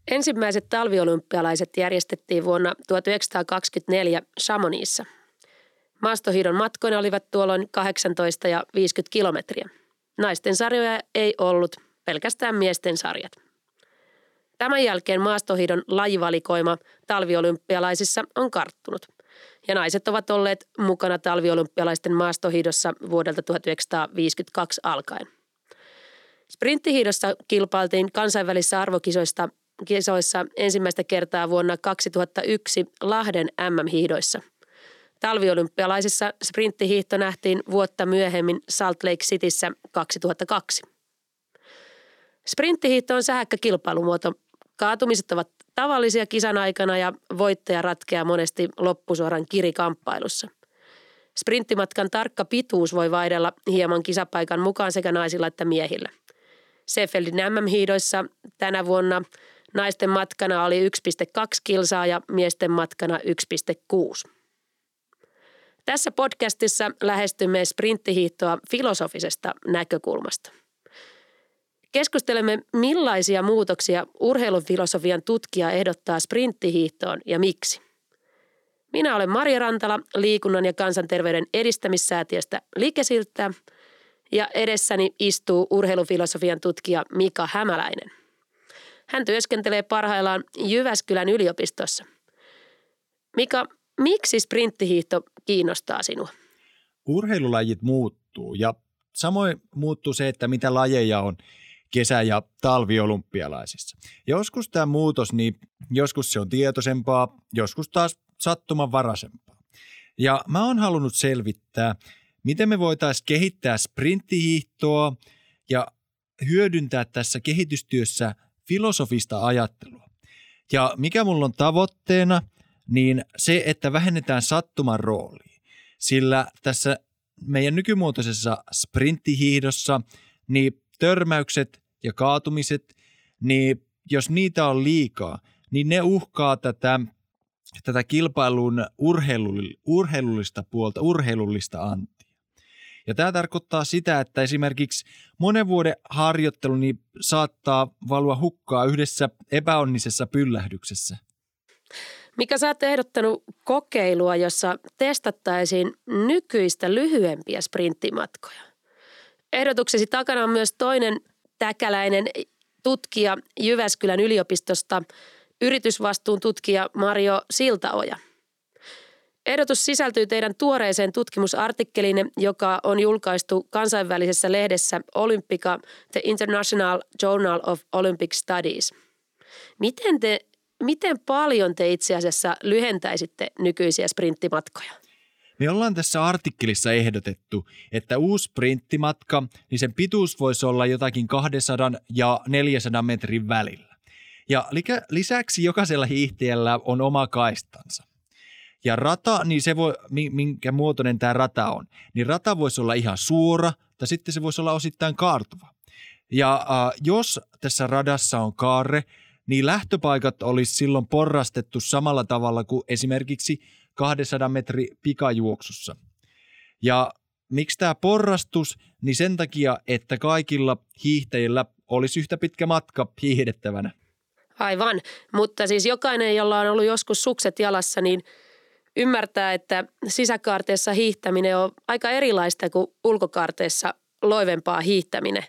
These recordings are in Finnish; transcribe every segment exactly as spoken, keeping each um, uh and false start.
Ensimmäiset talviolympialaiset järjestettiin vuonna tuhatyhdeksänsataakaksikymmentäneljä Chamonixissa. Maastohiidon matkoina olivat tuolloin kahdeksantoista ja viisikymmentä kilometriä. Naisten sarjoja ei ollut, pelkästään miesten sarjat. Tämän jälkeen maastohiidon lajivalikoima talviolympialaisissa on karttunut. Ja naiset ovat olleet mukana talviolympialaisten maastohiidossa vuodelta tuhatyhdeksänsataaviisikymmentäkaksi alkaen. Sprinttihiidossa kilpailtiin kansainvälisissä arvokisoissa kisoissa ensimmäistä kertaa vuonna kaksituhattayksi Lahden äm äm-hiihdoissa. Talviolympialaisissa sprinttihiihto nähtiin vuotta myöhemmin Salt Lake Cityssä kaksituhattakaksi. Sprinttihiihto on sähäkkä kilpailumuoto. Kaatumiset ovat tavallisia kisan aikana ja voittaja ratkeaa monesti loppusuoran kirikamppailussa. Sprinttimatkan tarkka pituus voi vaihdella hieman kisapaikan mukaan sekä naisilla että miehillä. Seefeldin äm äm-hiidoissa tänä vuonna naisten matkana oli yksi pilkku kaksi kilsaa ja miesten matkana yksi pilkku kuusi. Tässä podcastissa lähestymme sprinttihiihtoa filosofisesta näkökulmasta. Keskustelemme, millaisia muutoksia urheilufilosofian tutkija ehdottaa sprinttihiihtoon ja miksi. Minä olen Marja Rantala liikunnan ja kansanterveyden edistämissäätiöstä Likesiltä ja edessäni istuu urheilufilosofian tutkija Mika Hämäläinen. Hän työskentelee parhaillaan Jyväskylän yliopistossa. Mika, miksi sprinttihiihto kiinnostaa sinua? Urheilulajit muuttuu ja samoin muuttuu se, että mitä lajeja on kesä- ja talviolympialaisissa. Joskus tämä muutos, niin joskus se on tietoisempaa, joskus taas sattumanvaraisempaa. Ja mä oon halunnut selvittää, miten me voitaisiin kehittää sprinttihiihtoa ja hyödyntää tässä kehitystyössä filosofista ajattelua. Ja mikä mulla on tavoitteena, niin se, että vähennetään sattuman roolia. Sillä tässä meidän nykymuotoisessa sprinttihiihdossa, niin törmäykset ja kaatumiset, niin jos niitä on liikaa, niin ne uhkaa tätä, tätä kilpailun urheilullista puolta, urheilullista antia. Ja tämä tarkoittaa sitä, että esimerkiksi monen vuoden harjoittelu niin saattaa valua hukkaa yhdessä epäonnisessa pyllähdyksessä. Mika, sä oot ehdottanut kokeilua, jossa testattaisiin nykyistä lyhyempiä sprinttimatkoja. Ehdotuksesi takana on myös toinen täkäläinen tutkija Jyväskylän yliopistosta, yritysvastuun tutkija Mario Siltaoja. Ehdotus sisältyy teidän tuoreeseen tutkimusartikkeliinne, joka on julkaistu kansainvälisessä lehdessä Olympica, The International Journal of Olympic Studies. Miten, te, miten paljon te itse asiassa lyhentäisitte nykyisiä sprinttimatkoja? Me ollaan tässä artikkelissa ehdotettu, että uusi sprinttimatka, niin sen pituus voisi olla jotakin kaksisataa ja neljäsataa metrin välillä. Ja lisäksi jokaisella hiihtäjällä on oma kaistansa. Ja rata, niin se voi, minkä muotoinen tämä rata on, niin rata voisi olla ihan suora, tai sitten se voisi olla osittain kaartuva. Ja äh, jos tässä radassa on kaarre, niin lähtöpaikat olisi silloin porrastettu samalla tavalla kuin esimerkiksi kaksisataa metri pikajuoksussa. Ja miksi tämä porrastus? Niin sen takia, että kaikilla hiihtäjillä olisi yhtä pitkä matka hiihdettävänä. Aivan, mutta siis jokainen, jolla on ollut joskus sukset jalassa, niin ymmärtää, että sisäkaarteessa hiihtäminen on aika erilaista kuin ulkokaarteessa loivempaa hiihtäminen.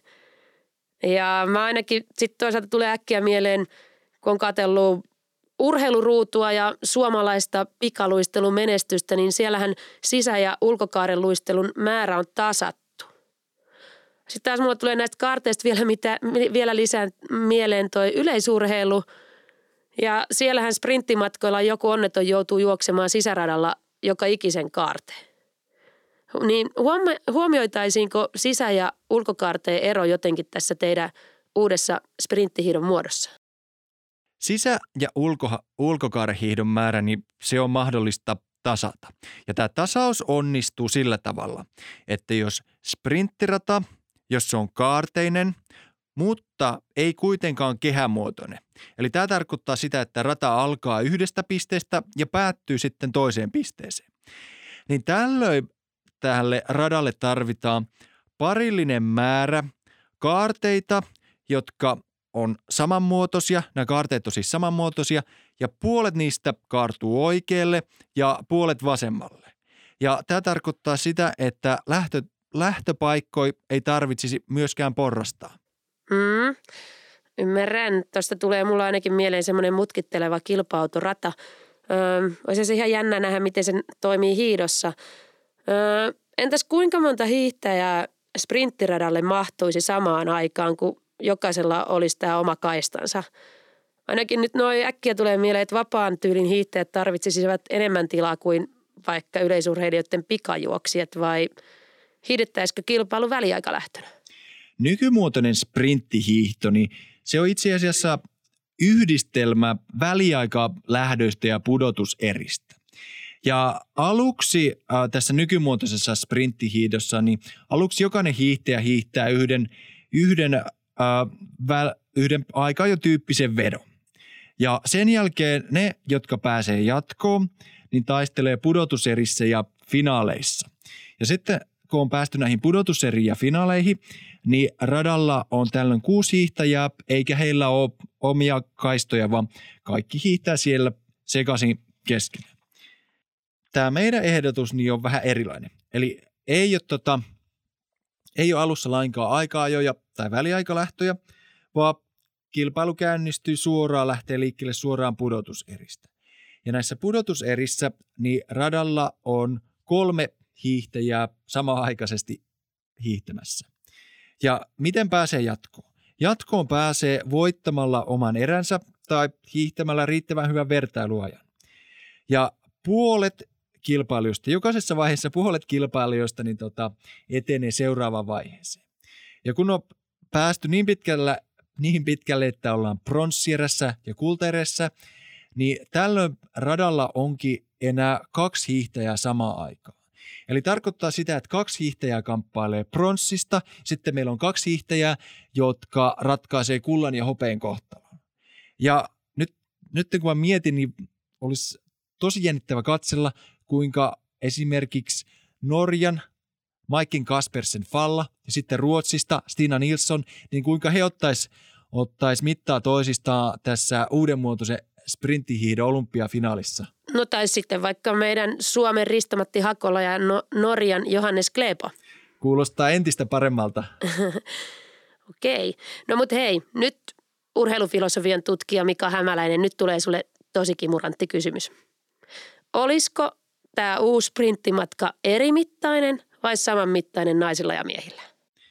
Ja mä ainakin sitten toisaalta tulee äkkiä mieleen, kun on katsellut urheiluruutua ja suomalaista pikaluistelun menestystä, niin siellähän sisä- ja ulkokaaren luistelun määrä on tasattu. Sitten taas mulla tulee näistä kaarteista vielä, mitä, vielä lisää mieleen toi yleisurheilu. Ja siellähän sprinttimatkoilla joku onneton joutuu juoksemaan sisäradalla joka ikisen kaarteen. Niin huomioitaisiinko sisä- ja ulkokaarteen ero jotenkin tässä teidän uudessa sprinttihiidon muodossa? Sisä- ja ulko- ulkokaarhiihdon määrä, niin se on mahdollista tasata. Ja tämä tasaus onnistuu sillä tavalla, että jos sprinttirata, jos se on kaarteinen, mutta ei kuitenkaan kehämuotoinen. Eli tämä tarkoittaa sitä, että rata alkaa yhdestä pisteestä ja päättyy sitten toiseen pisteeseen. Niin tällöin tälle radalle tarvitaan parillinen määrä kaarteita, jotka on samanmuotoisia, nämä kaarteet on siis samanmuotoisia ja puolet niistä kaartuu oikealle ja puolet vasemmalle. Ja tämä tarkoittaa sitä, että lähtö, lähtöpaikkoja ei tarvitsisi myöskään porrastaa. Mm, ymmärrän. Tuosta tulee mulla ainakin mieleen semmoinen mutkitteleva kilpa-autorata. Öö, olisi se ihan jännä nähdä, miten se toimii hiidossa. Öö, entäs kuinka monta hiihtäjää sprinttiradalle mahtuisi samaan aikaan, kun jokaisella olisi tämä oma kaistansa? Ainakin nyt noin äkkiä tulee mieleen, että vapaan tyylin hiihtäjät tarvitsisivat enemmän tilaa kuin vaikka yleisurheilijoiden pikajuoksijat, vai hiihdettäisikö kilpailu väliaikalähtönä? Nykymuotoinen sprinttihiihto, niin se on itse asiassa yhdistelmä väliaikalähdöistä ja pudotuseristä. Ja aluksi äh, tässä nykymuotoisessa sprinttihiihdossa, niin aluksi jokainen hiihtäjä hiihtää yhden, yhden, äh, väl, yhden aika jo tyyppisen vedon. Ja sen jälkeen ne, jotka pääsee jatkoon, niin taistelee pudotuserissä ja finaaleissa. Ja sitten kun on päästy näihin pudotuseriin ja finaaleihin, niin radalla on tällöin kuusi hiihtäjää, eikä heillä ole omia kaistoja, vaan kaikki hiihtää siellä sekaisin keskenään. Tämä meidän ehdotus niin on vähän erilainen. Eli ei ole, tota, ei ole alussa lainkaan aika-ajoja tai väliaikalähtöjä, vaan kilpailu käynnistyy suoraan, lähtee liikkeelle suoraan pudotuseristä. Ja näissä pudotuserissä niin radalla on kolme hiihtäjää samanaikaisesti hiihtämässä. Ja miten pääsee jatkoon? Jatkoon pääsee voittamalla oman eränsä tai hiihtämällä riittävän hyvän vertailuajan. Ja puolet kilpailijoista, jokaisessa vaiheessa puolet kilpailijoista niin tota, etenee seuraavaan vaiheeseen. Ja kun on päästy niin pitkälle, niin pitkälle, että ollaan pronssierässä ja kultaerässä, niin tällöin radalla onkin enää kaksi hiihtäjää samaan aikaan. Eli tarkoittaa sitä, että kaksi hiihtäjää kamppailee pronssista, sitten meillä on kaksi hiihtäjää, jotka ratkaisee kullan ja hopeen kohtalon. Ja nyt, nyt kun mä mietin, niin olisi tosi jännittävä katsella, kuinka esimerkiksi Norjan Maiken Kaspersen Falla ja sitten Ruotsista Stina Nilsson, niin kuinka he ottais, ottais mittaa toisistaan tässä uudenmuotoisen sprinttihiihdon olympiafinaalissa. No tai sitten vaikka meidän Suomen Risto-Matti Hakola ja no- Norjan Johannes Klepo. Kuulostaa entistä paremmalta. Okei. No mut hei, nyt urheilufilosofian tutkija Mika Hämäläinen, nyt tulee sulle tosi kimurantti kysymys. Olisiko tämä uusi sprinttimatka erimittainen vai samanmittainen naisilla ja miehillä?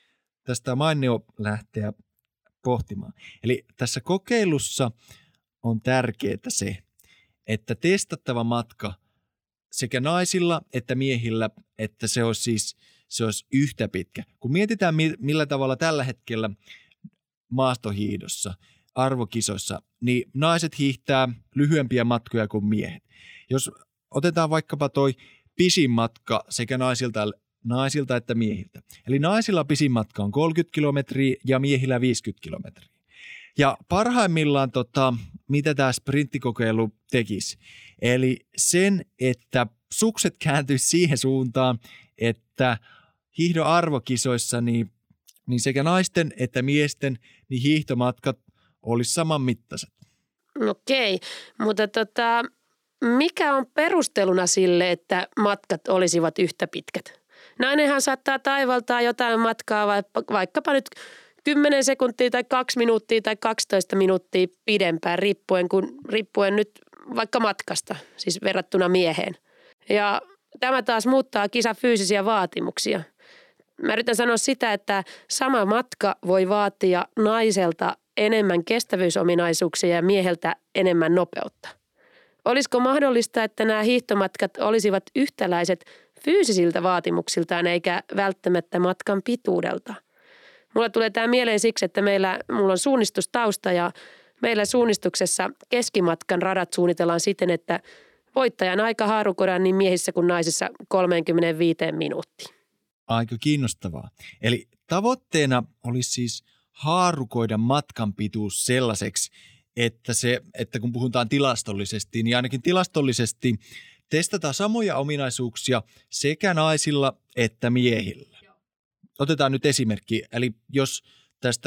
Tästä on mainio lähteä pohtimaan. Eli tässä kokeilussa on tärkeää se, että testattava matka sekä naisilla että miehillä, että se olisi siis se olisi yhtä pitkä. Kun mietitään, millä tavalla tällä hetkellä maastohiihdossa, arvokisoissa, niin naiset hiihtää lyhyempiä matkoja kuin miehet. Jos otetaan vaikkapa toi pisin matka sekä naisilta, naisilta että miehiltä. Eli naisilla pisin matka on kolmekymmentä kilometriä ja miehillä viisikymmentä kilometriä. Ja parhaimmillaan, tota, mitä tämä sprinttikokeilu tekisi, eli sen, että sukset kääntyisi siihen suuntaan, että hiihdon arvokisoissa niin, niin sekä naisten että miesten niin hiihtomatkat olisi samanmittaiset. Okei, mutta tota, mikä on perusteluna sille, että matkat olisivat yhtä pitkät? Nainenhan saattaa taivaltaa jotain matkaa vaikkapa nyt kymmenen sekuntia tai kaksi minuuttia tai kaksitoista minuuttia pidempään riippuen, kun, riippuen nyt vaikka matkasta, siis verrattuna mieheen. Ja tämä taas muuttaa kisan fyysisiä vaatimuksia. Mä yritän sanoa sitä, että sama matka voi vaatia naiselta enemmän kestävyysominaisuuksia ja mieheltä enemmän nopeutta. Olisiko mahdollista, että nämä hiihtomatkat olisivat yhtäläiset fyysisiltä vaatimuksiltaan eikä välttämättä matkan pituudelta? Mulla tulee tämä mieleen siksi, että meillä, mulla on suunnistustausta ja meillä suunnistuksessa keskimatkan radat suunnitellaan siten, että voittajan aika haarukoidaan niin miehissä kuin naisissa kolmekymmentäviisi minuuttia. Aika kiinnostavaa. Eli tavoitteena olisi siis haarukoida matkan pituus sellaiseksi, että, se, että kun puhutaan tilastollisesti, niin ainakin tilastollisesti testataan samoja ominaisuuksia sekä naisilla että miehillä. Otetaan nyt esimerkki. Eli jos tästä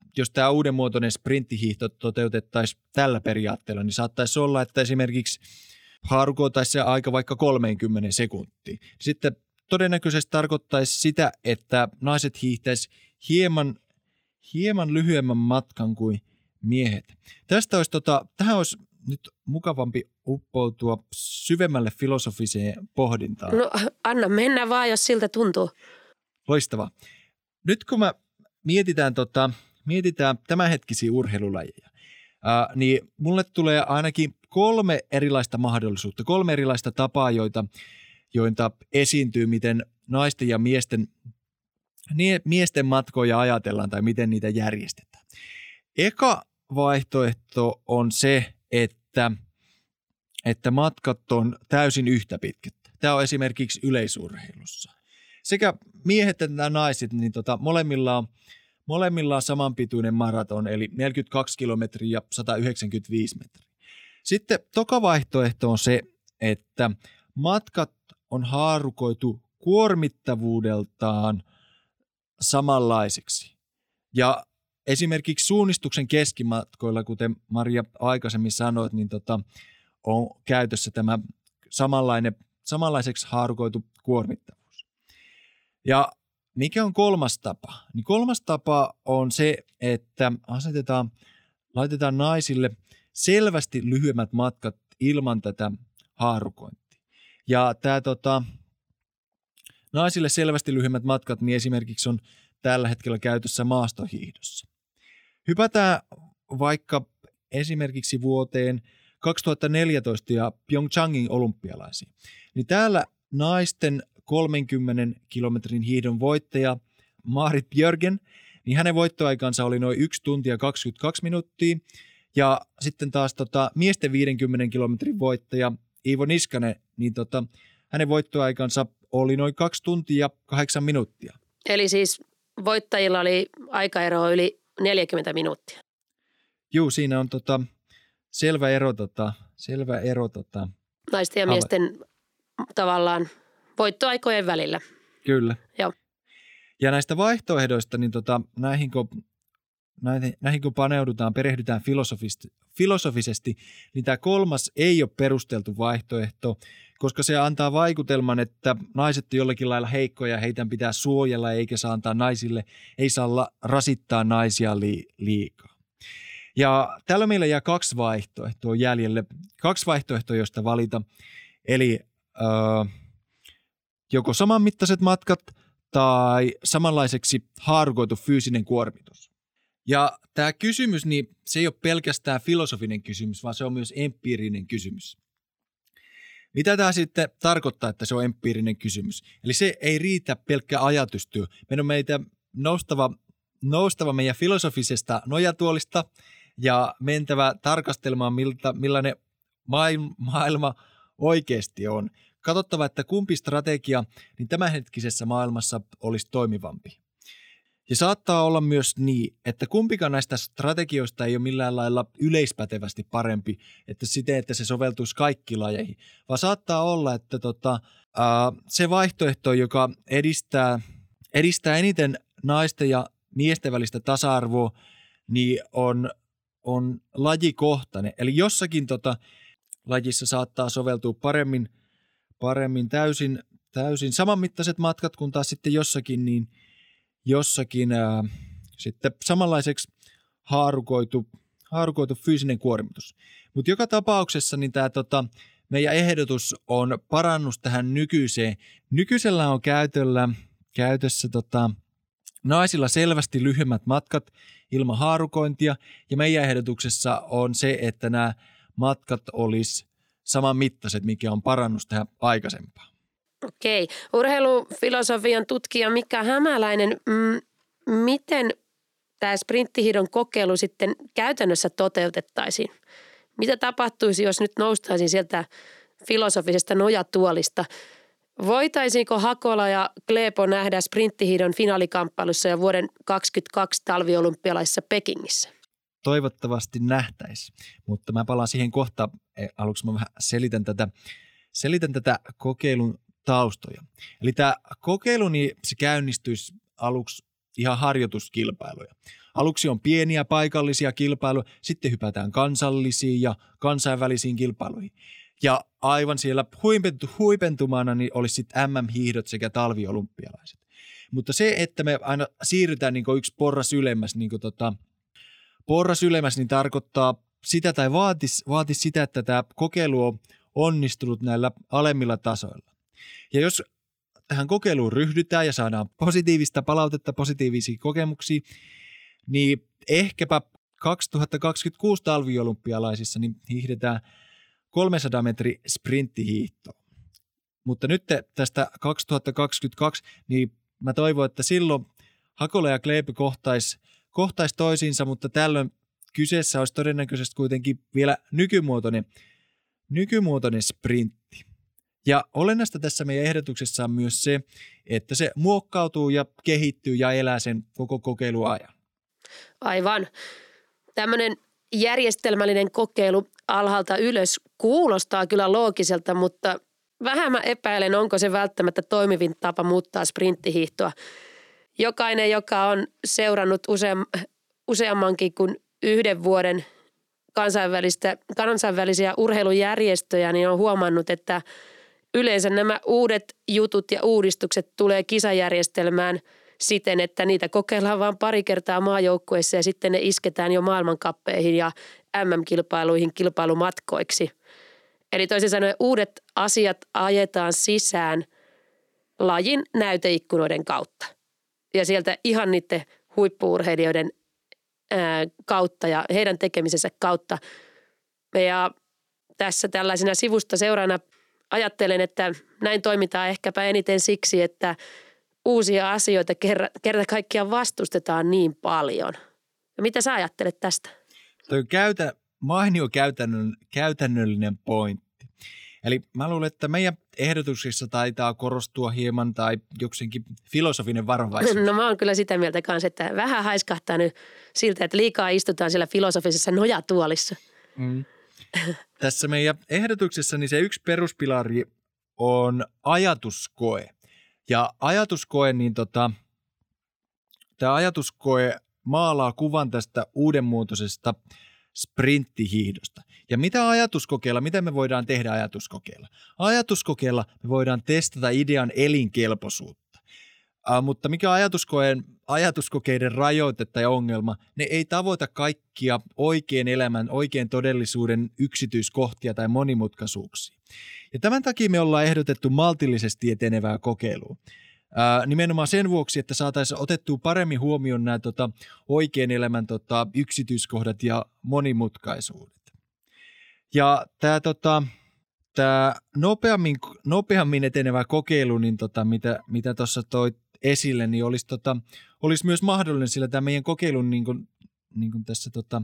jos tämä uudenmuotoinen sprinttihiihto toteutettaisiin tällä periaatteella, niin saattaisi olla, että esimerkiksi haarukoitaisiin se aika vaikka kolmekymmentä sekuntia. Sitten todennäköisesti tarkoittaisi sitä, että naiset hiihtäisi hieman, hieman lyhyemmän matkan kuin miehet. Tästä olisi, tota, tähän olisi nyt mukavampi uppoutua syvemmälle filosofiseen pohdintaan. No anna mennä vaan, jos siltä tuntuu. Loistava. Nyt kun mä mietitään, tota, mietitään tämänhetkisiä urheilulajeja, ää, niin mulle tulee ainakin kolme erilaista mahdollisuutta, kolme erilaista tapaa, joita, joita esiintyy, miten naisten ja miesten, miesten matkoja ajatellaan tai miten niitä järjestetään. Eka vaihtoehto on se, että, että matkat on täysin yhtä pitkät. Tämä on esimerkiksi yleisurheilussa. Sekä miehet että naiset, niin tota, molemmilla, on, molemmilla on samanpituinen maraton, eli neljäkymmentäkaksi kilometriä ja sata yhdeksänkymmentäviisi metriä. Sitten toka vaihtoehto on se, että matkat on haarukoitu kuormittavuudeltaan samanlaiseksi. Ja esimerkiksi suunnistuksen keskimatkoilla, kuten Maria aikaisemmin sanoit, niin tota, on käytössä tämä samanlainen, samanlaiseksi haarukoitu kuormittavuus. Ja mikä on kolmas tapa? Niin kolmas tapa on se, että asetetaan, laitetaan naisille selvästi lyhyemmät matkat ilman tätä haarukointia. Ja tämä tota, naisille selvästi lyhyemmät matkat niin esimerkiksi on tällä hetkellä käytössä maastohiihdossa. Hypätään vaikka esimerkiksi vuoteen kaksituhattaneljätoista ja Pyeongchangin olympialaisiin. Niin täällä naisten kolmenkymmenen kilometrin hiihdon voittaja Marit Björgen, niin hänen voittoaikansa oli noin yksi tuntia kaksikymmentäkaksi minuuttia. Ja sitten taas tota, miesten viidenkymmenen kilometrin voittaja Iivo Niskanen, niin tota, hänen voittoaikansa oli noin kaksi tuntia kahdeksan minuuttia. Eli siis voittajilla oli aikaero yli neljäkymmentä minuuttia. Juu, siinä on tota, selvä ero, tota, selvä ero tota, naisten ja miesten tavallaan voittoaikojen välillä. Kyllä. Joo. Ja näistä vaihtoehdoista, niin tota, näihin, kun, näihin, näihin kun paneudutaan, perehdytään filosofisesti, niin tämä kolmas ei ole perusteltu vaihtoehto, koska se antaa vaikutelman, että naiset on jollakin lailla heikkoja, heitä pitää suojella eikä saa antaa naisille, ei saa rasittaa naisia liikaa. Ja täällä meillä jää kaksi vaihtoehtoa jäljelle, kaksi vaihtoehtoa, joista valita, eli öö, joko samanmittaiset matkat tai samanlaiseksi haarukoitu fyysinen kuormitus. Ja tämä kysymys, niin se ei ole pelkästään filosofinen kysymys, vaan se on myös empiirinen kysymys. Mitä tämä sitten tarkoittaa, että se on empiirinen kysymys? Eli se ei riitä pelkkä ajatustyö. Meidän on meitä noustava, noustava meidän filosofisesta nojatuolista ja mentävä tarkastelemaan, miltä, millainen maailma oikeasti on. Katsottava, että kumpi strategia niin tämänhetkisessä maailmassa olisi toimivampi. Ja saattaa olla myös niin, että kumpikaan näistä strategioista ei ole millään lailla yleispätevästi parempi, että siten, että se soveltuisi kaikkiin lajeihin, vaan saattaa olla, että tota, ää, se vaihtoehto, joka edistää, edistää eniten naisten ja miesten välistä tasa-arvoa, niin on, on lajikohtainen. Eli jossakin tota, lajissa saattaa soveltua paremmin, paremmin täysin, täysin samanmittaiset matkat, kun taas sitten jossakin niin jossakin ää, sitten samanlaiseksi haarukoitu, haarukoitu fyysinen kuormitus. Mutta joka tapauksessa niin tämä tota, meidän ehdotus on parannus tähän nykyiseen. Nykyisellä on käytöllä, käytössä tota, naisilla selvästi lyhyemmät matkat ilman haarukointia, ja meidän ehdotuksessa on se, että nämä matkat olisi samanmittaiset, mikä on parannus tähän aikaisempaan. Okei. Urheilufilosofian tutkija Mika Hämäläinen, mm, miten tämä sprinttihiidon kokeilu sitten käytännössä toteutettaisiin? Mitä tapahtuisi, jos nyt noustaisiin sieltä filosofisesta nojatuolista? Voitaisiinko Hakola ja Klepo nähdä sprinttihiidon finaalikamppailussa ja vuoden kaksikymmentäkaksi talviolympialaisissa Pekingissä? Toivottavasti nähtäisi, mutta mä palaan siihen kohtaan. Aluksi mä vähän selitän tätä, selitän tätä kokeilun taustoja. Eli tämä kokeilu, niin se käynnistyisi aluksi ihan harjoituskilpailuja. Aluksi on pieniä paikallisia kilpailuja, sitten hypätään kansallisiin ja kansainvälisiin kilpailuihin. Ja aivan siellä huipentu, huipentumana niin olisi sitten M M-hiihdot sekä talviolympialaiset. Mutta se, että me aina siirrytään niin kuin yksi porras ylemmäs, niin kuin tota, porras ylemmäs, niin tarkoittaa sitä tai vaatisi, vaatisi sitä, että tämä kokeilu on onnistunut näillä alemmilla tasoilla. Ja jos tähän kokeiluun ryhdytään ja saadaan positiivista palautetta, positiivisia kokemuksia, niin ehkäpä kaksituhattakaksikymmentäkuusi talviolympialaisissa niin hiihdetään kolmesataa metri sprinttihiihtoa. Mutta nyt tästä kaksituhattakaksikymmentäkaksi, niin mä toivon, että silloin Hakola ja Kleepe kohtais, kohtais toisiinsa, mutta tällöin kyseessä olisi todennäköisesti kuitenkin vielä nykymuotoinen, nykymuotoinen sprintti. Ja olennaista tässä meidän ehdotuksessa on myös se, että se muokkautuu ja kehittyy ja elää sen koko kokeiluajan. Aivan. Tämmöinen järjestelmällinen kokeilu alhaalta ylös kuulostaa kyllä loogiselta, mutta vähän mä epäilen, onko se välttämättä toimivin tapa muuttaa sprinttihiihtoa. Jokainen, joka on seurannut useam, useammankin kuin yhden vuoden kansainvälistä, kansainvälisiä urheilujärjestöjä, niin on huomannut, että yleensä nämä uudet jutut ja uudistukset tulee kisajärjestelmään siten, että niitä kokeillaan vain pari kertaa maajoukkueessa ja sitten ne isketään jo maailmankappeihin ja M M-kilpailuihin kilpailumatkoiksi. Eli toisin sanoen uudet asiat ajetaan sisään lajin näyteikkunoiden kautta ja sieltä ihan niiden huippu-urheilijoiden ää, kautta ja heidän tekemisensä kautta. Ja tässä tällaisena sivusta seurana ajattelen, että näin toimitaan ehkäpä eniten siksi, että uusia asioita kerta kaikkiaan vastustetaan niin paljon. Ja mitä sä ajattelet tästä? Toi käytä, mainio käytännön, käytännöllinen pointti. Eli mä luulen, että meidän ehdotuksissa taitaa korostua hieman tai jokseenkin filosofinen varovaisuus. No mä oon kyllä sitä mieltä kanssa, että vähän haiskahtaa nyt siltä, että liikaa istutaan siellä filosofisessa nojatuolissa. Mm. Tässä meidän ehdotuksessa niin se yksi peruspilari on ajatuskoe. Ja ajatuskoe, niin tota, tämä ajatuskoe maalaa kuvan tästä uudenmuotoisesta sprinttihiihdosta. Ja mitä ajatuskokeilla, mitä me voidaan tehdä ajatuskokeilla? Ajatuskokeilla me voidaan testata idean elinkelpoisuutta. Uh, mutta mikä ajatuskoeen, ajatuskokeiden rajoitetta ja ongelma, ne ei tavoita kaikkia oikean elämän, oikean todellisuuden yksityiskohtia tai monimutkaisuuksia. Ja tämän takia me ollaan ehdotettu maltillisesti etenevää kokeilua. Ää, nimenomaan sen vuoksi, että saataisiin otettua paremmin huomioon nämä tota, oikean elämän tota, yksityiskohdat ja monimutkaisuudet. Ja tämä tota, nopeammin, nopeammin etenevä kokeilu, niin tota, mitä tuossa toi esille, niin olisi, tota, olisi myös mahdollinen, sillä tämä meidän kokeilun niin kuin, niin kuin tässä tota,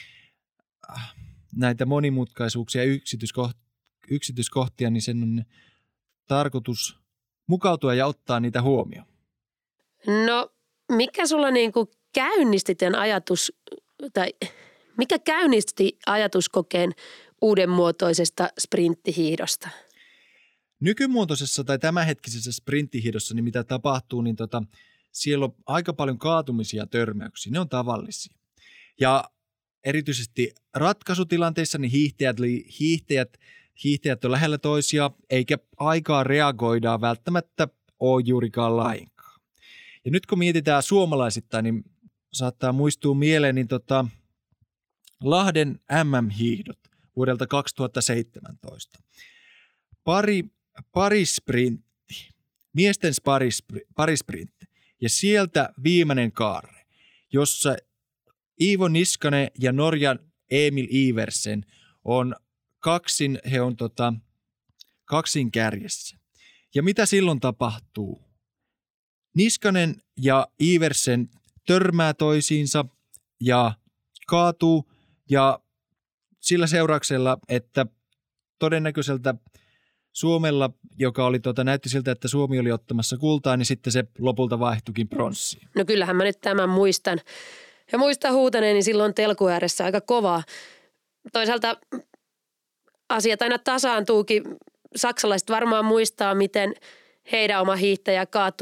näitä monimutkaisuuksia ja yksityiskohtia, yksityiskohtia, niin sen on tarkoitus mukautua ja ottaa niitä huomioon. No, mikä sulla niin kuin käynnisti tämän ajatus, tai mikä käynnisti ajatuskokeen uudenmuotoisesta sprinttihiihdosta? Nykymuotoisessa tai tämänhetkisessä sprinttihiihdossa, niin mitä tapahtuu, niin tota, siellä on aika paljon kaatumisia ja törmäyksiä. Ne on tavallisia. Ja erityisesti ratkaisutilanteissa niin hiihtäjät, hiihtäjät Hiihtäjät on lähellä toisia, eikä aikaa reagoida välttämättä ole juurikaan lainkaan. Ja nyt kun mietitään suomalaisittain, niin saattaa muistua mieleen niin tota, Lahden M M-hiihdot vuodelta kaksituhattaseitsemäntoista. Pari, parisprintti, miesten parisprintti ja sieltä viimeinen kaare, jossa Iivo Niskanen ja Norjan Emil Iversen on kaksin, he on tota, kaksin kärjessä. Ja mitä silloin tapahtuu? Niskanen ja Iversen törmää toisiinsa ja kaatuu ja sillä seurauksella, että todennäköiseltä Suomella, joka oli tota, näytti siltä, että Suomi oli ottamassa kultaa, niin sitten se lopulta vaihtuikin pronssiin. No kyllähän mä nyt tämän muistan. Ja muistan huutaneeni silloin telku ääressä aika kovaa. Toisaalta asiat aina tasaantuukin. Saksalaiset varmaan muistaa, miten heidän oma hiihtäjä kaatui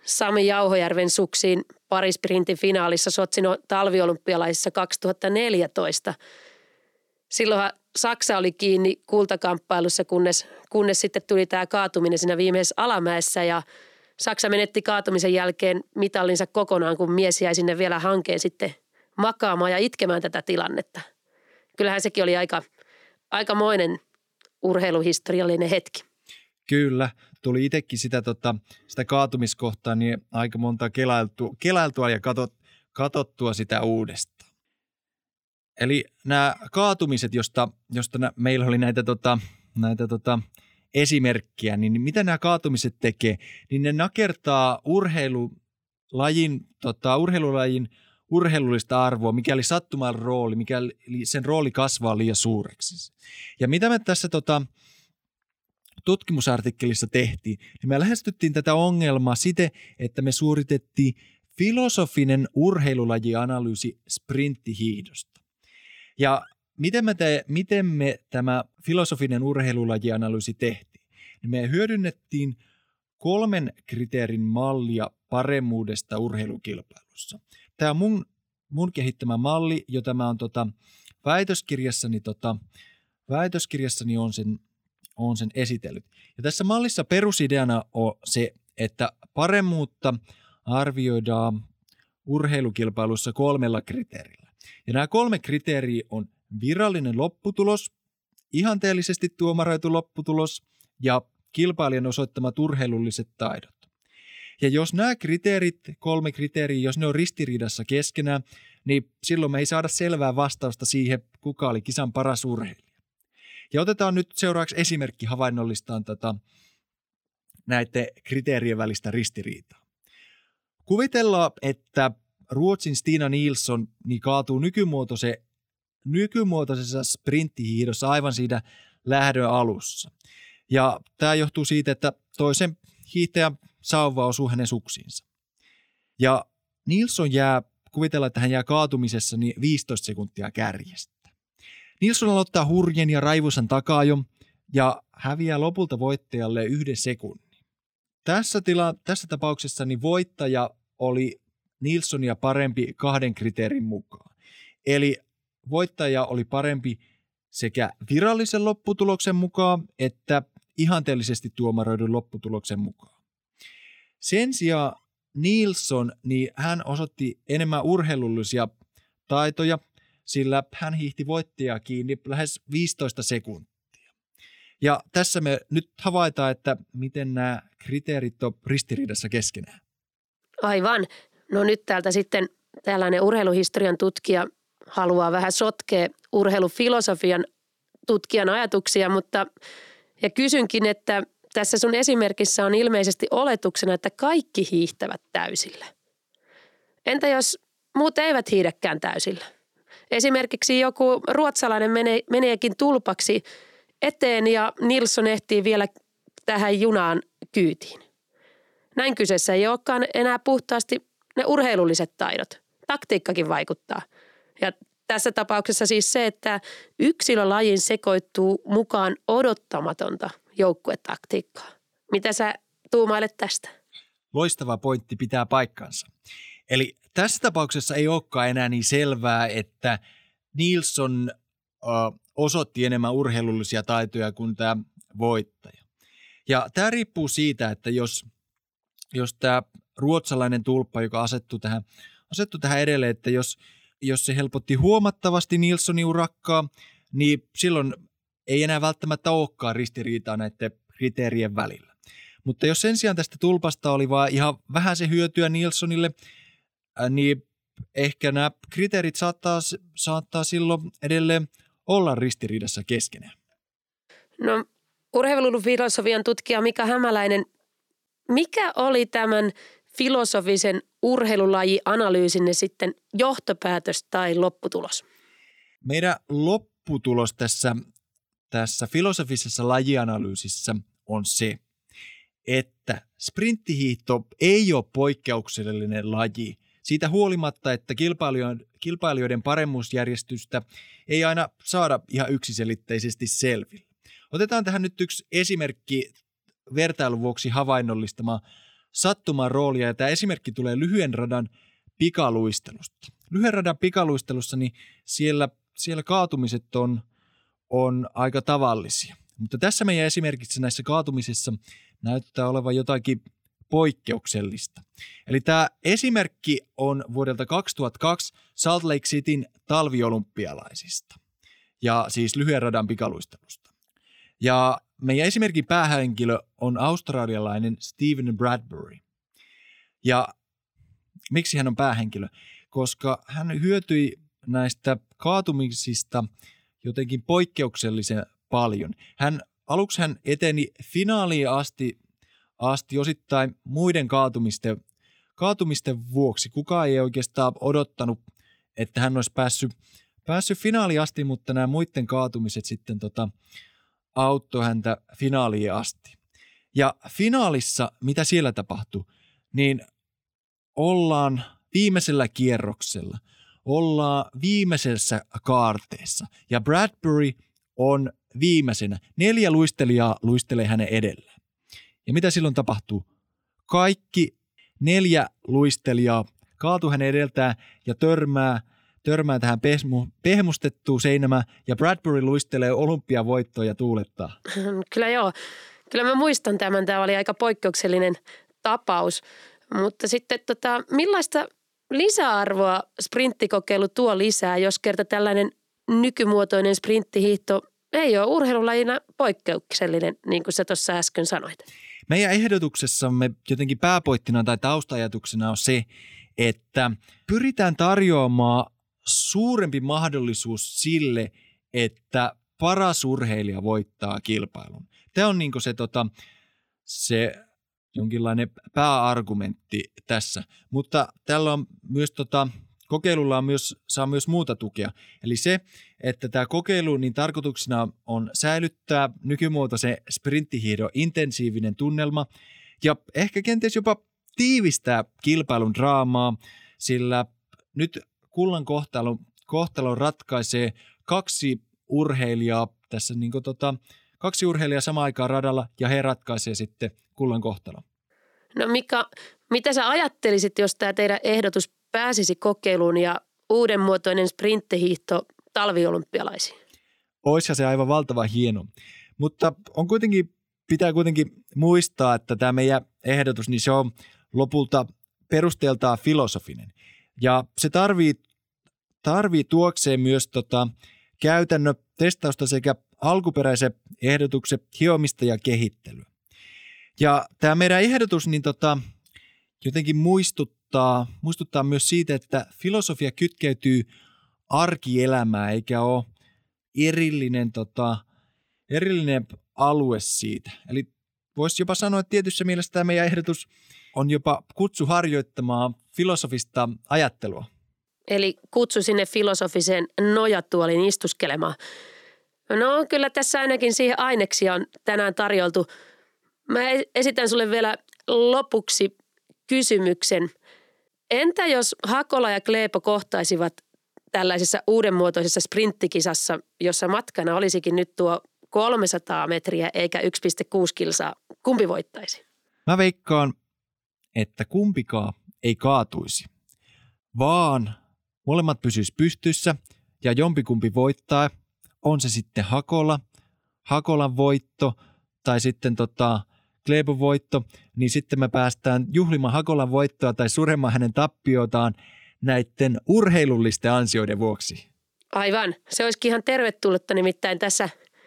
Sami Jauhojärven suksiin parisprintin finaalissa Sotsin talviolympialaisissa kaksituhattaneljätoista. Silloinhan Saksa oli kiinni kultakamppailussa, kunnes, kunnes sitten tuli tämä kaatuminen siinä viimeisessä alamäessä ja Saksa menetti kaatumisen jälkeen mitallinsa kokonaan, kun mies jäi sinne vielä hankeen sitten makaamaan ja itkemään tätä tilannetta. Kyllähän sekin oli aika, aikamoinen urheiluhistoriallinen hetki. Kyllä, tuli itsekin sitä, tota, sitä kaatumiskohtaa niin aika monta kelailtua, kelailtua ja katot, katsottua sitä uudestaan. Eli nämä kaatumiset, josta, josta nä, meillä oli näitä, tota, näitä tota, esimerkkiä, niin mitä nämä kaatumiset tekee, niin ne nakertaa urheilulajin, tota, urheilulajin urheilullista arvoa, mikäli sattuman rooli, mikäli sen rooli kasvaa liian suureksi. Ja mitä me tässä tota, tutkimusartikkelissa tehtiin, niin me lähestyttiin tätä ongelmaa siten, että me suoritettiin filosofinen urheilulajianalyysi sprinttihiihdosta. Ja miten me, te, miten me tämä filosofinen urheilulajianalyysi tehtiin? Niin me hyödynnettiin kolmen kriteerin mallia paremmuudesta urheilukilpailussa. Tämä on mun, mun kehittämä malli, jota mä oon tota, väitöskirjassani, tota, väitöskirjassani on sen, on sen esitellyt. Ja tässä mallissa perusideana on se, että paremmuutta arvioidaan urheilukilpailussa kolmella kriteerillä. Ja nämä kolme kriteeriä on virallinen lopputulos, ihanteellisesti tuomaroitu lopputulos ja kilpailijan osoittamat urheilulliset taidot. Ja jos nämä kriteerit, kolme kriteeriä, jos ne on ristiriidassa keskenään, niin silloin me ei saada selvää vastausta siihen, kuka oli kisan paras urheilija. Ja otetaan nyt seuraavaksi esimerkki havainnollistaan tätä näiden kriteerien välistä ristiriitaa. Kuvitellaan, että Ruotsin Stina Nilsson niin kaatuu nykymuotoise, nykymuotoisessa sprinttihiihdossa aivan siinä lähdön alussa. Ja tämä johtuu siitä, että toisen hiihtäjän sauva osuu hänen suksiinsa. Ja Nilsson jää, kuvitellaan, että hän jää kaatumisessa niin viisitoista sekuntia kärjestä. Nilsson aloittaa hurjen ja raivuisan takaajon ja häviää lopulta voittajalle yhden sekunnin. Tässä, tila, tässä tapauksessa niin voittaja oli Nilssonia parempi kahden kriteerin mukaan. Eli voittaja oli parempi sekä virallisen lopputuloksen mukaan että ihanteellisesti tuomaroidun lopputuloksen mukaan. Sen sijaan Nilsson, niin hän osoitti enemmän urheilullisia taitoja, sillä hän hiihti voittajaa kiinni lähes viisitoista sekuntia. Ja tässä me nyt havaitaan, että miten nämä kriteerit on ristiriidassa keskenään. Aivan. No nyt täältä sitten tällainen urheiluhistorian tutkija haluaa vähän sotkea urheilufilosofian tutkijan ajatuksia, mutta ja kysynkin, että tässä sun esimerkissä on ilmeisesti oletuksena, että kaikki hiihtävät täysillä. Entä jos muut eivät hiidäkään täysillä? Esimerkiksi joku ruotsalainen menee, meneekin tulpaksi eteen ja Nilsson ehtii vielä tähän junaan kyytiin. Näin kyseessä ei olekaan enää puhtaasti ne urheilulliset taidot. Taktiikkakin vaikuttaa. Ja tässä tapauksessa siis se, että yksilölajiin sekoittuu mukaan odottamatonta joukkuetaktiikkaa. Mitä sä tuumailet tästä? Loistava pointti, pitää paikkansa. Eli tässä tapauksessa ei olekaan enää niin selvää, että Nilsson ö, osoitti enemmän urheilullisia taitoja kuin tämä voittaja. Ja tämä riippuu siitä, että jos, jos tämä ruotsalainen tulppa, joka asettui tähän, asettui tähän edelleen, että jos, jos se helpotti huomattavasti Nilssonin urakkaa, niin silloin ei enää välttämättä olekaan ristiriitaa näiden kriteerien välillä. Mutta jos sen sijaan tästä tulpasta oli vaan ihan vähän se hyötyä Nilssonille, niin ehkä nämä kriteerit saattaa, saattaa silloin edelleen olla ristiriidassa keskenään. No urheilufilosofian tutkija Mika Hämäläinen, mikä oli tämän filosofisen urheilulaji-analyysinne sitten johtopäätös tai lopputulos? Meidän lopputulos tässä, tässä filosofisessa lajianalyysissä on se, että sprinttihiihto ei ole poikkeuksellinen laji. Siitä huolimatta, että kilpailijoiden, kilpailijoiden paremmuusjärjestystä ei aina saada ihan yksiselitteisesti selville. Otetaan tähän nyt yksi esimerkki vertailun vuoksi havainnollistama sattuman roolia ja tämä esimerkki tulee lyhyen radan pikaluistelusta. Lyhyen radan pikaluistelussa niin siellä, siellä kaatumiset on, on aika tavallisia. Mutta tässä meidän esimerkissä näissä kaatumisissa näyttää olevan jotakin poikkeuksellista. Eli tämä esimerkki on vuodelta kaksituhattakaksi Salt Lake Cityn talviolympialaisista ja siis lyhyen radan pikaluistelusta. Ja meidän esimerkin päähenkilö on australialainen Stephen Bradbury. Ja miksi hän on päähenkilö? Koska hän hyötyi näistä kaatumisista jotenkin poikkeuksellisen paljon. Hän, aluksi hän eteni finaaliin asti, asti osittain muiden kaatumisten, kaatumisten vuoksi. Kukaan ei oikeastaan odottanut, että hän olisi päässyt, päässyt finaaliin asti, mutta nämä muiden kaatumiset sitten tota, auttoi häntä finaaliin asti. Ja finaalissa, mitä siellä tapahtui, niin ollaan viimeisellä kierroksella, ollaan viimeisessä kaarteessa ja Bradbury on viimeisenä. Neljä luistelijaa luistelee hänen edellään. Ja mitä silloin tapahtuu? Kaikki neljä luistelijaa kaatuu hänen edeltään ja törmää, törmää tähän pehmu, pehmustettuun seinämään ja Bradbury luistelee olympiavoittoa ja tuulettaa. Kyllä joo. Kyllä mä muistan tämän. Tämä oli aika poikkeuksellinen tapaus. Mutta sitten tota, millaista lisäarvoa sprinttikokeilu tuo lisää, jos kerta tällainen nykymuotoinen sprinttihiihto ei ole urheilulajina poikkeuksellinen, niin kuin sä tuossa äsken sanoit? Meidän ehdotuksessamme jotenkin pääpointtina tai taustaajatuksena on se, että pyritään tarjoamaan suurempi mahdollisuus sille, että paras urheilija voittaa kilpailun. Tämä on niin kuin se, tota, se jonkinlainen pääargumentti tässä, mutta tällä on myös tota, kokeilulla on myös, saa myös muuta tukea. Eli se, että tämä kokeilu niin tarkoituksena on säilyttää nykymuotoisen sprinttihiidon intensiivinen tunnelma ja ehkä kenties jopa tiivistää kilpailun draamaa, sillä nyt kullan kohtalon, kohtalon ratkaisee kaksi urheilijaa tässä niin kuin tota, kaksi urheilijaa samaan aikaan radalla ja he ratkaisee sitten kullan kohtalon. No Mika, mitä sä ajattelisit, jos tämä teidän ehdotus pääsisi kokeiluun ja uudenmuotoinen sprinttihiihto talviolympialaisiin? Oishan se aivan valtavan hieno, mutta on kuitenkin, pitää kuitenkin muistaa, että tämä meidän ehdotus, niin se on lopulta perusteeltaan filosofinen. Ja se tarvii, tarvii tuokseen myös tota käytännön testausta sekä alkuperäisen ehdotuksen hiomista ja kehittelyä. Ja tämä meidän ehdotus niin tota, jotenkin muistuttaa, muistuttaa myös siitä, että filosofia kytkeytyy arkielämään eikä ole erillinen, tota, erillinen alue siitä. Eli voisi jopa sanoa, että tietyssä mielessä tämä meidän ehdotus on jopa kutsu harjoittamaan filosofista ajattelua. Eli kutsu sinne filosofiseen nojatuoliin istuskelemaan. No kyllä tässä ainakin siihen aineksia on tänään tarjoltu. Mä esitän sulle vielä lopuksi kysymyksen. Entä jos Hakola ja Kleepo kohtaisivat tällaisessa uudenmuotoisessa sprinttikisassa, jossa matkana olisikin nyt tuo kolmesataa metriä eikä yksi pilkku kuusi kilsaa? Kumpi voittaisi? Mä veikkaan, että kumpikaan ei kaatuisi, vaan molemmat pysyisi pystyssä ja jompikumpi voittaa. On se sitten Hakola, Hakolan voitto tai sitten tota Kleebon voitto, niin sitten me päästään juhlimaan Hakolan voittoa tai suremaan hänen tappiotaan näiden urheilullisten ansioiden vuoksi. Aivan. Se olisikin ihan tervetullutta, nimittäin tässä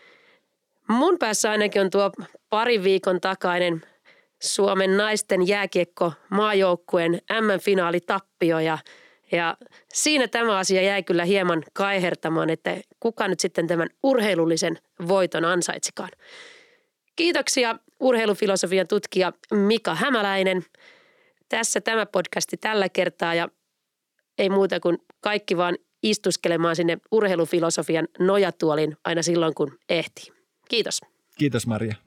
mun päässä ainakin on tuo parin viikon takainen Suomen naisten jääkiekko maajoukkueen äm äm-finaalitappio ja Ja siinä tämä asia jäi kyllä hieman kaihertamaan, että kuka nyt sitten tämän urheilullisen voiton ansaitsikaan. Kiitoksia urheilufilosofian tutkija Mika Hämäläinen. Tässä tämä podcasti tällä kertaa ja ei muuta kuin kaikki vaan istuskelemaan sinne urheilufilosofian nojatuolin aina silloin kun ehtii. Kiitos. Kiitos Maria.